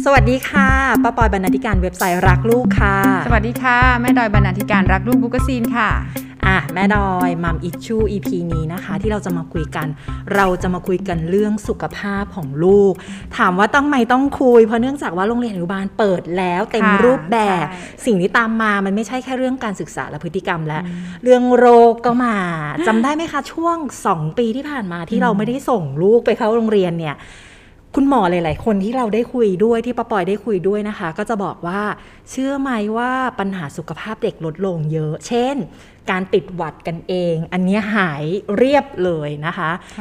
สวัสดีค่ะป้าปอยบรรณาธิการเว็บไซต์รักลูกค่ะสวัสดีค่ะแม่ดอยบรรณาธิการรักลูกบุ๊กซีนค่ะแม่ดอยมัมอิชชู EP นี้นะคะที่เราจะมาคุยกันเรื่องสุขภาพของลูกถามว่าต้องคุยเพราะเนื่องจากว่าโรงเรียนอนุบาลเปิดแล้วเต็มรูปแบบสิ่งที่ตามมามันไม่ใช่แค่เรื่องการศึกษาและพฤติกรรมและเรื่องโรคก็มาจำได้ไหมคะช่วง2 ปีที่ผ่านมาที่เราไม่ได้ส่งลูกไปเข้าโรงเรียนเนี่ยคุณหมอหลายๆคนที่เราได้คุยด้วยที่ป้าปอยได้คุยด้วยนะคะก็จะบอกว่าเชื่อไหมว่าปัญหาสุขภาพเด็กลดลงเยอะเช่นการติดหวัดกันเองอันนี้หายเรียบเลยนะคะ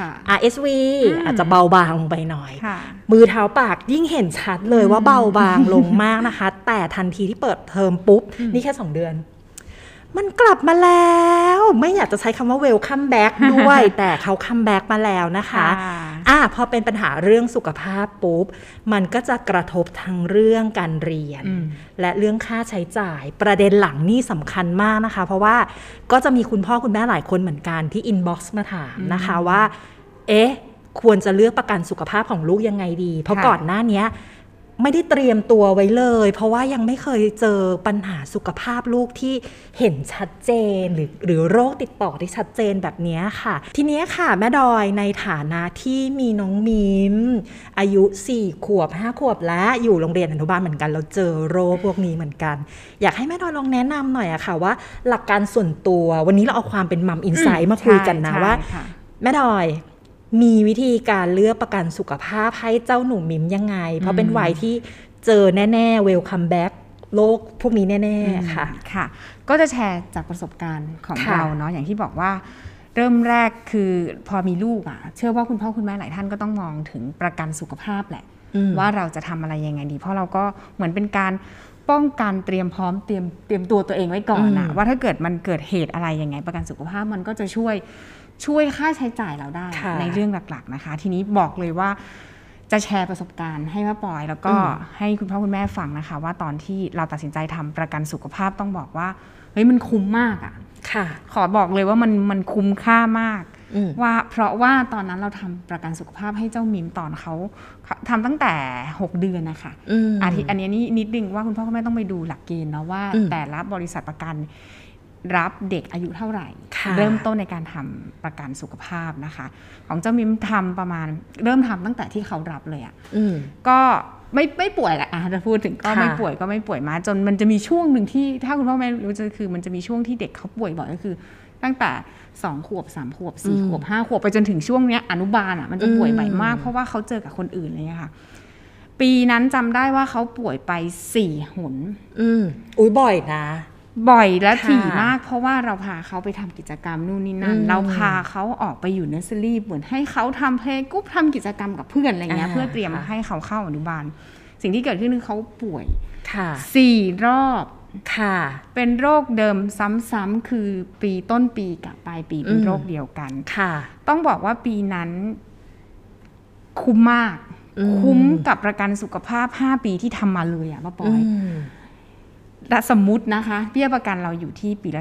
RSV อาจจะเบาบางลงไปหน่อยมือเท้าปากยิ่งเห็นชัดเลยว่าเบาบางลงมากนะคะแต่ทันทีที่เปิดเทอมปุ๊บนี่แค่2 เดือนมันกลับมาแล้วไม่อยากจะใช้คำว่า welcome back ด้วย แต่เขา come back มาแล้วนะคะพอเป็นปัญหาเรื่องสุขภาพปุ๊บมันก็จะกระทบทั้งเรื่องการเรียนและเรื่องค่าใช้จ่ายประเด็นหลังนี่สำคัญมากนะคะเพราะว่าก็จะมีคุณพ่อคุณแม่หลายคนเหมือนกันที่ inbox มาถามนะคะว่าควรจะเลือกประกันสุขภาพของลูกยังไงดีเพราะก่อนหน้านี้ไม่ได้เตรียมตัวไว้เลยเพราะว่ายังไม่เคยเจอปัญหาสุขภาพลูกที่เห็นชัดเจนหรือโรคติดต่อที่ชัดเจนแบบนี้ค่ะทีนี้ค่ะแม่ดอยในฐานะที่มีน้องมิมอายุ4 ขวบ 5 ขวบและอยู่โรงเรียนอนุบาลเหมือนกันเราเจอโรคพวกนี้เหมือนกันอยากให้แม่ดอยลองแนะนำหน่อยอะค่ะว่าหลักการส่วนตัววันนี้เราเอาความเป็นมัมอินไซต์มาคุยกันนะว่าแม่ดอยมีวิธีการเลือกประกันสุขภาพให้เจ้าหนูมิมยังไงเพราะเป็นวัยที่เจอแน่ๆ welcome back โรคพวกนี้แน่ๆค่ะก็จะแชร์จากประสบการณ์ของเราเนาะอย่างที่บอกว่าเริ่มแรกคือพอมีลูกเชื่อว่าคุณพ่อคุณแม่หลายท่านก็ต้องมองถึงประกันสุขภาพแหละว่าเราจะทำอะไรยังไงดีเพราะเราก็เหมือนเป็นการป้องกันเตรียมพร้อมเตรียมตัวเองไว้ก่อนนะว่าถ้าเกิดมันเกิดเหตุอะไรยังไงประกันสุขภาพมันก็จะช่วยค่าใช้จ่ายเราได้ในเรื่องหลักๆนะคะทีนี้บอกเลยว่าจะแชร์ประสบการณ์ให้ป้าปอยแล้วก็ให้คุณพ่อคุณแม่ฟังนะคะว่าตอนที่เราตัดสินใจทำประกันสุขภาพต้องบอกว่าเฮ้ยมันคุ้มมากขอบอกเลยว่ามันคุ้มค่ามากว่าเพราะว่าตอนนั้นเราทำประกันสุขภาพให้เจ้ามิมตอนเขาทำตั้งแต่6 เดือนนะคะอันนี้นิดนึงว่าคุณพ่อคุณแม่ต้องไปดูหลักเกณฑ์เนาะว่าแต่ละบริษัทประกันรับเด็กอายุเท่าไหร่เริ่มต้นในการทำประกันสุขภาพนะคะของเจ้ามิมทำประมาณเริ่มทำตั้งแต่ที่เขารับเลยก็ไม่ป่วยแหละจะพูดถึงก็ไม่ป่วยมาจนมันจะมีช่วงหนึ่งที่ถ้าคุณพ่อแม่รู้จะคือมันจะมีช่วงที่เด็กเขาป่วยบ่อยก็คือตั้งแต่2 ขวบ 3 ขวบ 4 ขวบ 5 ขวบไปจนถึงช่วงเนี้ยอนุบาลมันจะป่วยบ่อยมากเพราะว่าเขาเจอกับคนอื่นอะไรเงี้ยค่ะปีนั้นจำได้ว่าเขาป่วยไป4 หนบ่อยนะบ่อยและถี่มากเพราะว่าเราพาเขาไปทำกิจกรรมนู่นนี่นั่นเราพาเขาออกไปอยู่เนอร์เซอรี่เหมือนให้เขาทำเพลงกรุ๊ปทำกิจกรรมกับเพื่อนอะไรเงี้ยเพื่อเตรียมให้เขาเข้าอนุบาลสิ่งที่เกิดขึ้นคือเขาป่วย4 รอบเป็นโรคเดิมซ้ำๆคือปีต้นปีกับปลายปีเป็นโรคเดียวกันต้องบอกว่าปีนั้นคุ้มมากคุ้มกับประกันสุขภาพ5 ปีที่ทำมาเลยป้าปอยและสมมุตินะคะเบี้ยประกันเราอยู่ที่ปีละ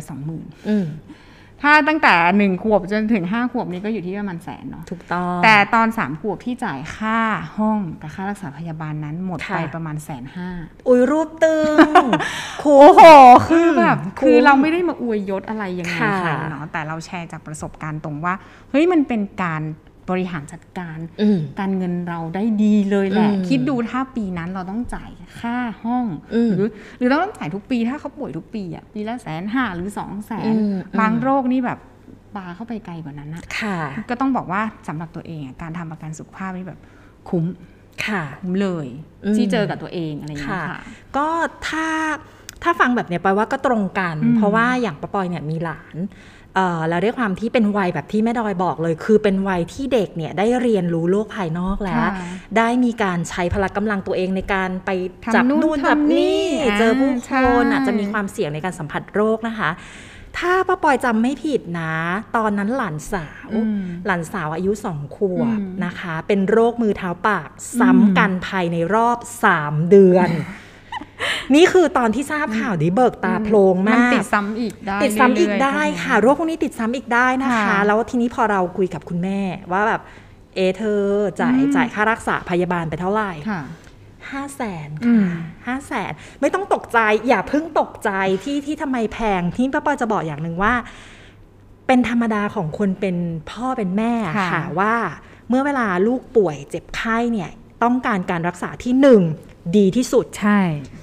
20,000ถ้าตั้งแต่1 ขวบจนถึง5 ขวบนี้ก็อยู่ที่ประมาณ100,000เนาะถูกต้องแต่ตอน3 ขวบที่จ่ายค่าห้องกับค่ารักษาพยาบาลนั้นหมดไปประมาณ150,000 รูปตึงโอ้โหคือแบบคือเราไม่ได้มาอวยยศอะไรยังไงใครเนาะแต่เราแชร์จากประสบการณ์ตรงว่าเฮ้ยมันเป็นการบริหารจัดการการเงินเราได้ดีเลยแหละคิดดูถ้าปีนั้นเราต้องจ่ายค่าห้องหรือเราต้องจ่ายทุกปีถ้าเขาป่วยทุกปีปีละ150,000หรือ200,000บางโรคนี่แบบปาเข้าไปไกลกว่านั้นก็ต้องบอกว่าสำหรับตัวเองการทำประกันสุขภาพนี่แบบคุ้มเลยที่เจอกับตัวเองอะไรอย่างเงี้ยค่ะก็ถ้าฟังแบบนี้ไปว่าก็ตรงกันเพราะว่าอย่างป้าปอยเนี่ยมีหลานแล้วด้วยความที่เป็นวัยแบบที่แม่ดอยบอกเลยคือเป็นวัยที่เด็กเนี่ยได้เรียนรู้โลกภายนอกแล้วได้มีการใช้พละกำลังตัวเองในการไปจับนู่นจับนี่เจอผู้คนอาจจะมีความเสี่ยงในการสัมผัสโรคนะคะถ้าป้าปอยจำไม่ผิดนะตอนนั้นหลานสาวอายุ2 ขวบนะคะเป็นโรคมือเท้าปากซ้ำกันภายในรอบ3 เดือนนี่คือตอนที่ทราบข่าวนี้เบิกตาโพลงมากติดซ้ำอีกได้ค่ะโรคพวกนี้ติดซ้ำอีกได้นะคะแล้วทีนี้พอเราคุยกับคุณแม่ว่าแบบเธอจ่ายค่ารักษาพยาบาลไปเท่าไหร่ 500,000 ค่ะ500,000ไม่ต้องตกใจอย่าเพิ่งตกใจที่ทำไมแพงที่ป้าปอยจะบอกอย่างหนึ่งว่าเป็นธรรมดาของคนเป็นพ่อเป็นแม่ค่ะว่าเมื่อเวลาลูกป่วยเจ็บไข้เนี่ยต้องการรักษาที่1ดีที่สุดใช่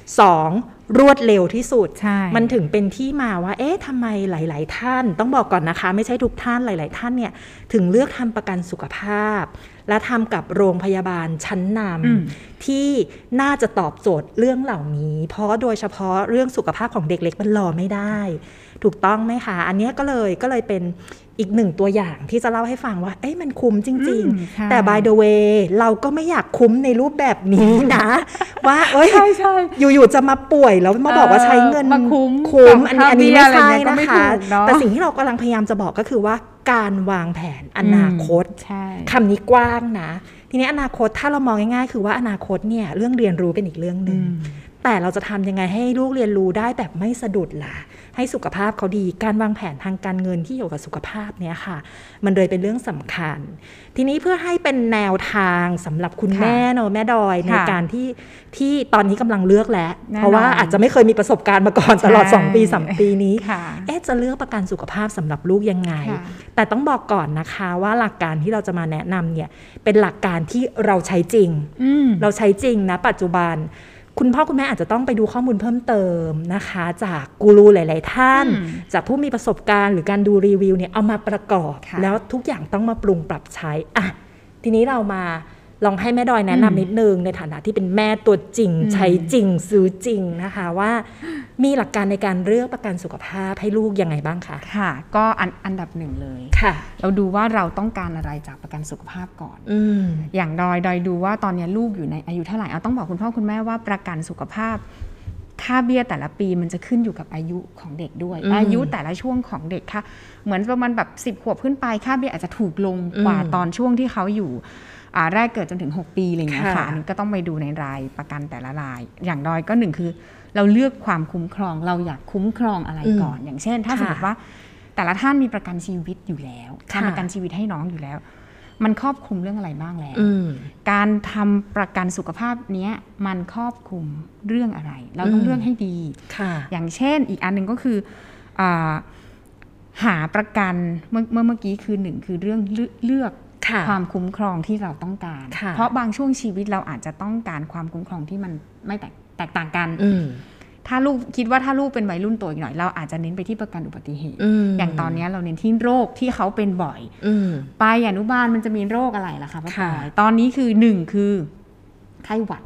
2รวดเร็วที่สุดใช่มันถึงเป็นที่มาว่าทำไมหลายๆท่านต้องบอกก่อนนะคะไม่ใช่ทุกท่านหลายๆท่านเนี่ยถึงเลือกทำประกันสุขภาพและทำกับโรงพยาบาลชั้นนำที่น่าจะตอบโจทย์เรื่องเหล่านี้เพราะโดยเฉพาะเรื่องสุขภาพของเด็กเล็กมันรอไม่ได้ถูกต้องไหมคะอันนี้ก็เลยเป็นอีกหนึ่งตัวอย่างที่จะเล่าให้ฟังว่ามันคุ้มจริงๆแต่ by the way เราก็ไม่อยากคุ้มในรูปแบบนี้นะว่าอยู่ๆจะมาป่วยแล้วมาบอกว่าใช้เงินคุ้มอันนี้ไม่ใช่นะคะแต่สิ่งที่เรากำลังพยายามจะบอกก็คือว่าการวางแผนอนาคตคำนี้กว้างนะทีนี้อนาคตถ้าเรามองง่ายๆคือว่าอนาคตเนี่ยเรื่องเรียนรู้เป็นอีกเรื่องนึงแต่เราจะทำยังไงให้ลูกเรียนรู้ได้แบบไม่สะดุดล่ะให้สุขภาพเขาดีการวางแผนทางการเงินที่เกี่ยวกับสุขภาพเนี่ยค่ะมันเลยเป็นเรื่องสำคัญทีนี้เพื่อให้เป็นแนวทางสำหรับคุณแม่เนอะแม่ดอยในการที่ตอนนี้กำลังเลือกแล้วเพราะว่าอาจจะไม่เคยมีประสบการณ์มาก่อนตลอด2 ปี 3 ปีนี้จะเลือกประกันสุขภาพสำหรับลูกยังไงแต่ต้องบอกก่อนนะคะว่าหลักการที่เราจะมาแนะนำเนี่ยเป็นหลักการที่เราใช้จริงเราใช้จริงนะปัจจุบันคุณพ่อคุณแม่อาจจะต้องไปดูข้อมูลเพิ่มเติมนะคะจากกูรูหลายๆท่านจากผู้มีประสบการณ์หรือการดูรีวิวเนี่ยเอามาประกอบแล้วทุกอย่างต้องมาปรุงปรับใช้ทีนี้เรามาลองให้แม่ดอยแนะนำนิดนึงในฐานะที่เป็นแม่ตัวจริงใช้จริงซื้อจริงนะคะว่ามีหลักการในการเลือกประกันสุขภาพให้ลูกยังไงบ้างคะค่ะก็อันดับหนึ่งเลยเราดูว่าเราต้องการอะไรจากประกันสุขภาพก่อนอย่างดอยดูว่าตอนนี้ลูกอยู่ในอายุเท่าไหร่ต้องบอกคุณพ่อคุณแม่ว่าประกันสุขภาพค่าเบี้ยแต่ละปีมันจะขึ้นอยู่กับอายุของเด็กด้วยอายุแต่ละช่วงของเด็กค่ะเหมือนประมาณแบบ10 ขวบขึ้นไปค่าเบี้ยอาจจะถูกลงกว่าตอนช่วงที่เขาอยู่แรกเกิดจนถึง6 ปีอะไรอย่างเงี้ยค่ะอันนี้ก็ต้องไปดูในรายประกันแต่ละรายอย่างดอยก็1คือเราเลือกความคุ้มครองเราอยากคุ้มครองอะไรก่อนอย่างเช่นถ้าสมมติว่าแต่ละท่านมีประกันชีวิตอยู่แล้วทำประกันชีวิตให้น้องอยู่แล้วมันครอบคลุมเรื่องอะไรบ้างแล้วการทำประกันสุขภาพเนี้ยมันครอบคลุมเรื่องอะไรเราต้องเลือกให้ดีอย่างเช่นอีกอันนึงก็คือหาประกันเมื่อกี้คือ1คือเรื่องเลือกความคุ้มครองที่เราต้องการเพราะบางช่วงชีวิตเราอาจจะต้องการความคุ้มครองที่มันไม่แตกต่างกันถ้าลูกคิดว่าถ้าลูกเป็นวัยรุ่นโตอีกหน่อยเราอาจจะเน้นไปที่ประกันอุบัติเหตุอย่างตอนนี้เราเน้นที่โรคที่เขาเป็นบ่อยไปอนุบาลมันจะมีโรคอะไรล่ะคะป้าปอยตอนนี้คือ1คือไข้หวัด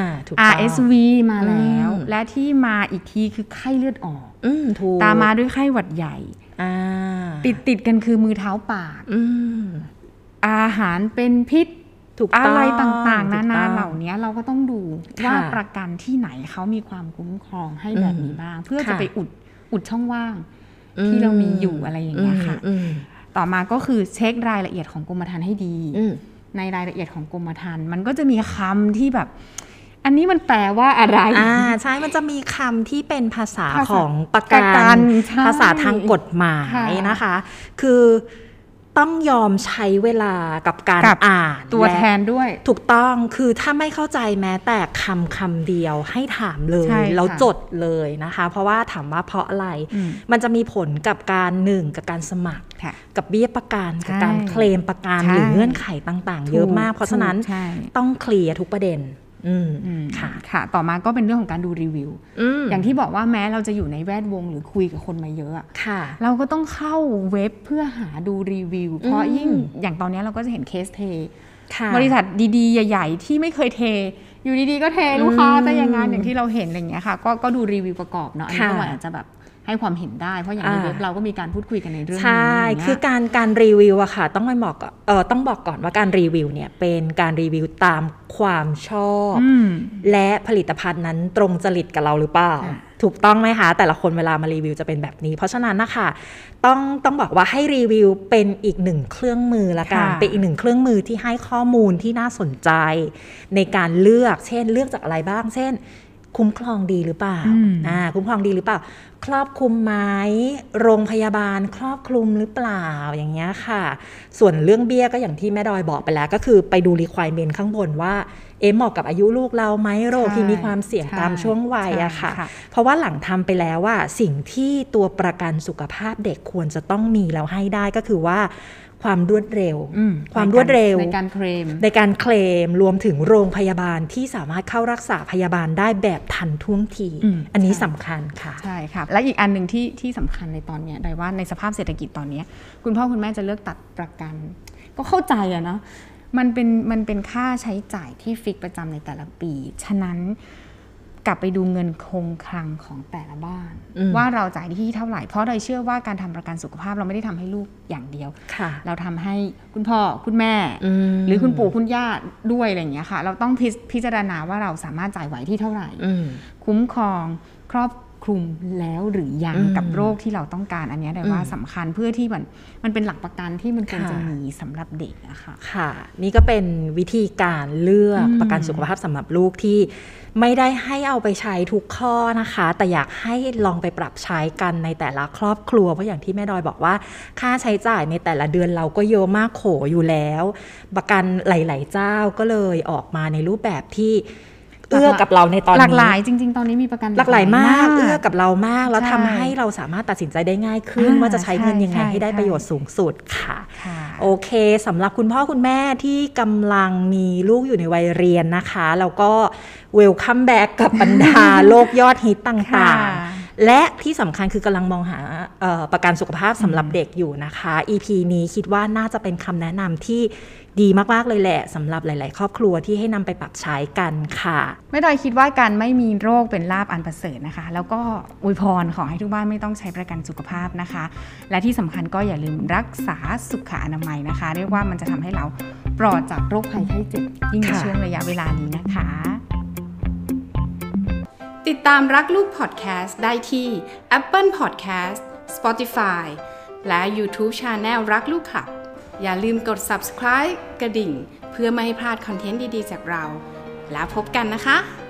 RSV มาแล้วและที่มาอีกทีคือไข้เลือดออกตามมาด้วยไข้หวัดใหญ่ติดกันคือมือเท้าปากอาหารเป็นพิษอะไรต่างๆนานาเหล่านี้เราก็ต้องดูว่าประกันที่ไหนเขามีความคุ้มครองให้แบบนี้บ้างเพื่อจะไปอุดช่องว่างที่เรามีอยู่อะไรอย่างเงี้ยค่ะต่อมาก็คือเช็ครายละเอียดของกรมธรรม์ให้ดีในรายละเอียดของกรมธรรม์มันก็จะมีคำที่แบบอันนี้มันแปลว่าอะไรใช่มันจะมีคำที่เป็นภาษาของประกันภาษาทางกฎหมายนะคะคือต้องยอมใช้เวลากับการอ่านตัวแทนด้วยถูกต้องคือถ้าไม่เข้าใจแม้แต่คำเดียวให้ถามเลยแล้วจดเลยนะคะเพราะว่าถามว่าเพราะอะไรมันจะมีผลกับการกับการสมัครกับเบี้ยประกันกับการเคลมประกันหรือเงื่อนไขต่างๆเยอะมากเพราะฉะนั้นต้องเคลียร์ทุกประเด็นค่ะต่อมาก็เป็นเรื่องของการดูรีวิวอย่างที่บอกว่าแม้เราจะอยู่ในแวดวงหรือคุยกับคนมาเยอะเราก็ต้องเข้าเว็บเพื่อหาดูรีวิวเพราะยิ่งอย่างตอนนี้เราก็จะเห็นเคสเทบริษัทดีๆใหญ่ๆที่ไม่เคยเทอยู่ดีๆก็เทลูกค้าแต่อย่างที่เราเห็นอะไรอย่างเงี้ยค่ะก็ดูรีวิวประกอบเนาะอันนี้ก็อาจจะแบบให้ความเห็นได้เพราะอย่างในเว็บเราก็มีการพูดคุยกันในเรื่องนี้ใช่คือการรีวิวอะค่ะต้องบอกก่อนว่าการรีวิวเนี่ยเป็นการรีวิวตามความชอบและผลิตภัณฑ์นั้นตรงจริตกับเราหรือเปล่าถูกต้องไหมคะแต่ละคนเวลามารีวิวจะเป็นแบบนี้เพราะฉะนั้นนะคะต้องบอกว่าให้รีวิวเป็นอีก1เครื่องมือละกันเป็นอีก1เครื่องมือที่ให้ข้อมูลที่น่าสนใจในการเลือกเช่นเลือกจากอะไรบ้างเช่นคุ้มครองดีหรือเปล่าคุ้มครองดีหรือเปล่าครอบคลุมไหมโรงพยาบาลครอบคลุมหรือเปล่าอย่างเงี้ยค่ะส่วนเรื่องเบี้ยก็อย่างที่แม่ดอยบอกไปแล้วก็คือไปดู requirement ข้างบนว่าเหมาะกับอายุลูกเราไหมโรคที่มีความเสี่ยงตามช่วงวัยอะค่ะเพราะว่าหลังทำไปแล้วว่าสิ่งที่ตัวประกันสุขภาพเด็กควรจะต้องมีแล้วให้ได้ก็คือว่าความรวดเร็วความรวดเร็วในการเคลมรวมถึงโรงพยาบาลที่สามารถเข้ารักษาพยาบาลได้แบบทันท่วงทีอันนี้สำคัญค่ะใช่ค่ะและอีกอันหนึ่งที่สำคัญในตอนนี้ได้ว่าในสภาพเศรษฐกิจตอนนี้คุณพ่อคุณแม่จะเลือกตัดประกันก็เข้าใจอะเนาะมันเป็นค่าใช้จ่ายที่ฟิกประจำในแต่ละปีฉะนั้นกลับไปดูเงินคงคลังของแต่ละบ้านว่าเราจ่ายที่เท่าไหร่เพราะโดยเชื่อว่าการทำประกันสุขภาพเราไม่ได้ทำให้ลูกอย่างเดียวเราทำให้คุณพ่อคุณแม่หรือคุณปู่คุณย่าด้วยอะไรอย่างเงี้ยค่ะเราต้องพิจารณาว่าเราสามารถจ่ายไหวที่เท่าไหร่คุ้มครองครอบคลุมแล้วหรือยังกับโรคที่เราต้องการอันนี้ได้ว่าสำคัญเพื่อที่มันเป็นหลักประกันที่มันควรจะมีสำหรับเด็กนะคะค่ะนี่ก็เป็นวิธีการเลือกประกันสุขภาพสำหรับลูกที่ไม่ได้ให้เอาไปใช้ทุกข้อนะคะแต่อยากให้ลองไปปรับใช้กันในแต่ละครอบครัวเพราะอย่างที่แม่ดอยบอกว่าค่าใช้จ่ายในแต่ละเดือนเราก็เยอะมากโขอยู่แล้วประกันหลายๆเจ้าก็เลยออกมาในรูปแบบที่เอื้อกับเราในตอนนี้หลากหลายจริงๆตอนนี้มีประกันหลากหลายมากเอื้อกับเรามากแล้วทำให้เราสามารถตัดสินใจได้ง่ายขึ้นว่าจะใช้เงินยังไงให้ได้ประโยชน์สูงสุดค่ะโอเคสำหรับคุณพ่อคุณแม่ที่กำลังมีลูกอยู่ในวัยเรียนนะคะแล้วก็เวลคัมแบ็กกับบรรดาโรคยอดฮิตต่างๆและที่สำคัญคือกำลังมองหาประกันสุขภาพสำหรับเด็กอยู่นะคะ EP นี้คิดว่าน่าจะเป็นคำแนะนำที่ดีมากๆเลยแหละสำหรับหลายๆครอบครัวที่ให้นำไปปรับใช้กันค่ะไม่ดอยคิดว่าการไม่มีโรคเป็นลาภอันประเสริฐนะคะแล้วก็อวยพรขอให้ทุกบ้านไม่ต้องใช้ประกันสุขภาพนะคะและที่สำคัญก็อย่าลืมรักษาสุขอนามัยนะคะเรียกว่ามันจะทำให้เราปลอดจากโรคภัยไข้เจ็บยิ่งในช่วงระยะเวลานี้นะคะติดตามรักลูกพอดแคสต์ได้ที่ Apple Podcast Spotify และ YouTube Channel รักลูกค่ะอย่าลืมกด Subscribe กระดิ่งเพื่อไม่ให้พลาดคอนเทนต์ดีๆจากเราแล้วพบกันนะคะ